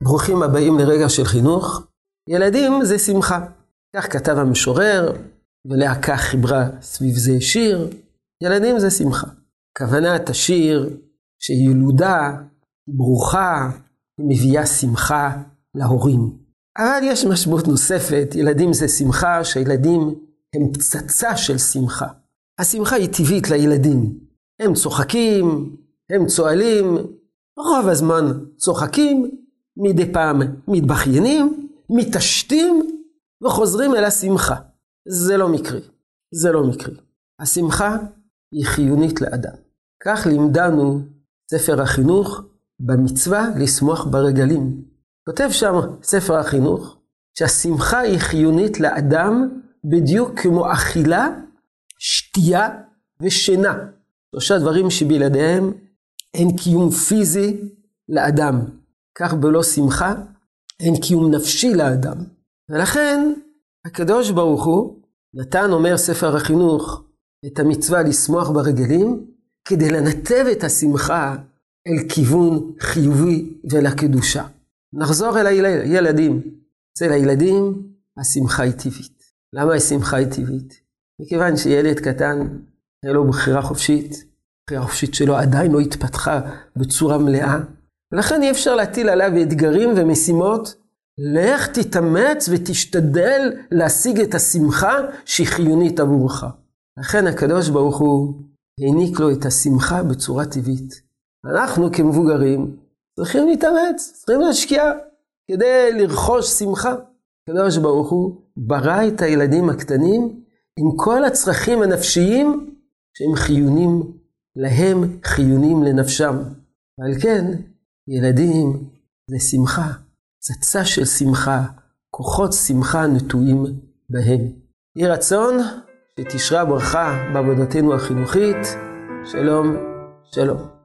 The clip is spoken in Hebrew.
ברוכים הבאים לרגע של חינוך. ילדים זה שמחה. כך כתב המשורר, ולהקה חיברה סביב זה שיר. ילדים זה שמחה. כוונת השיר שילודה, ברוכה, מביאה שמחה להורים. אבל יש משמעות נוספת, ילדים זה שמחה, שהילדים הם פצצה של שמחה. השמחה היא טבעית לילדים. הם צוחקים, הם צועלים, רוב הזמן צוחקים, מדי פעם מתבחיינים, מתעשתים וחוזרים אל השמחה. זה לא מקרי. זה לא מקרי. השמחה היא חיונית לאדם. כך לימדנו ספר החינוך במצווה לשמוח ברגלים. כותב שם ספר החינוך שהשמחה היא חיונית לאדם בדיוק כמו אכילה, שתייה ושינה. שלושה דברים שבלעדיהם אין קיום פיזי לאדם. כך בלא שמחה אין קיום נפשי לאדם. ולכן הקדוש ברוך הוא נתן, אומר ספר החינוך, את המצווה לשמוח ברגלים, כדי לנתב את השמחה אל כיוון חיובי ולקדושה. נחזור אל הילדים. אצל הילדים השמחה היא טבעית. למה השמחה היא טבעית? מכיוון שילד קטן, היה לו בחירה חופשית, הבחירה החופשית שלו עדיין לא התפתחה בצורה מלאה, ולכן אי אפשר להטיל עליו אתגרים ומשימות. לך תתאמץ ותשתדל להשיג את השמחה שהיא חיונית עבורך. לכן הקדוש ברוך הוא העניק לו את השמחה בצורה טבעית. אנחנו כמבוגרים צריכים להתאמץ, צריכים להשקיע כדי לרכוש שמחה. הקדוש ברוך הוא ברא את הילדים הקטנים עם כל הצרכים הנפשיים שהם חיוניים להם, חיוניים לנפשם. ועל כן ילדים זה שמחה, פצצה של שמחה, כוחות שמחה נטועים בהם. יהי רצון שתשרה ברכה בעבודתנו החינוכית. שלום, שלום.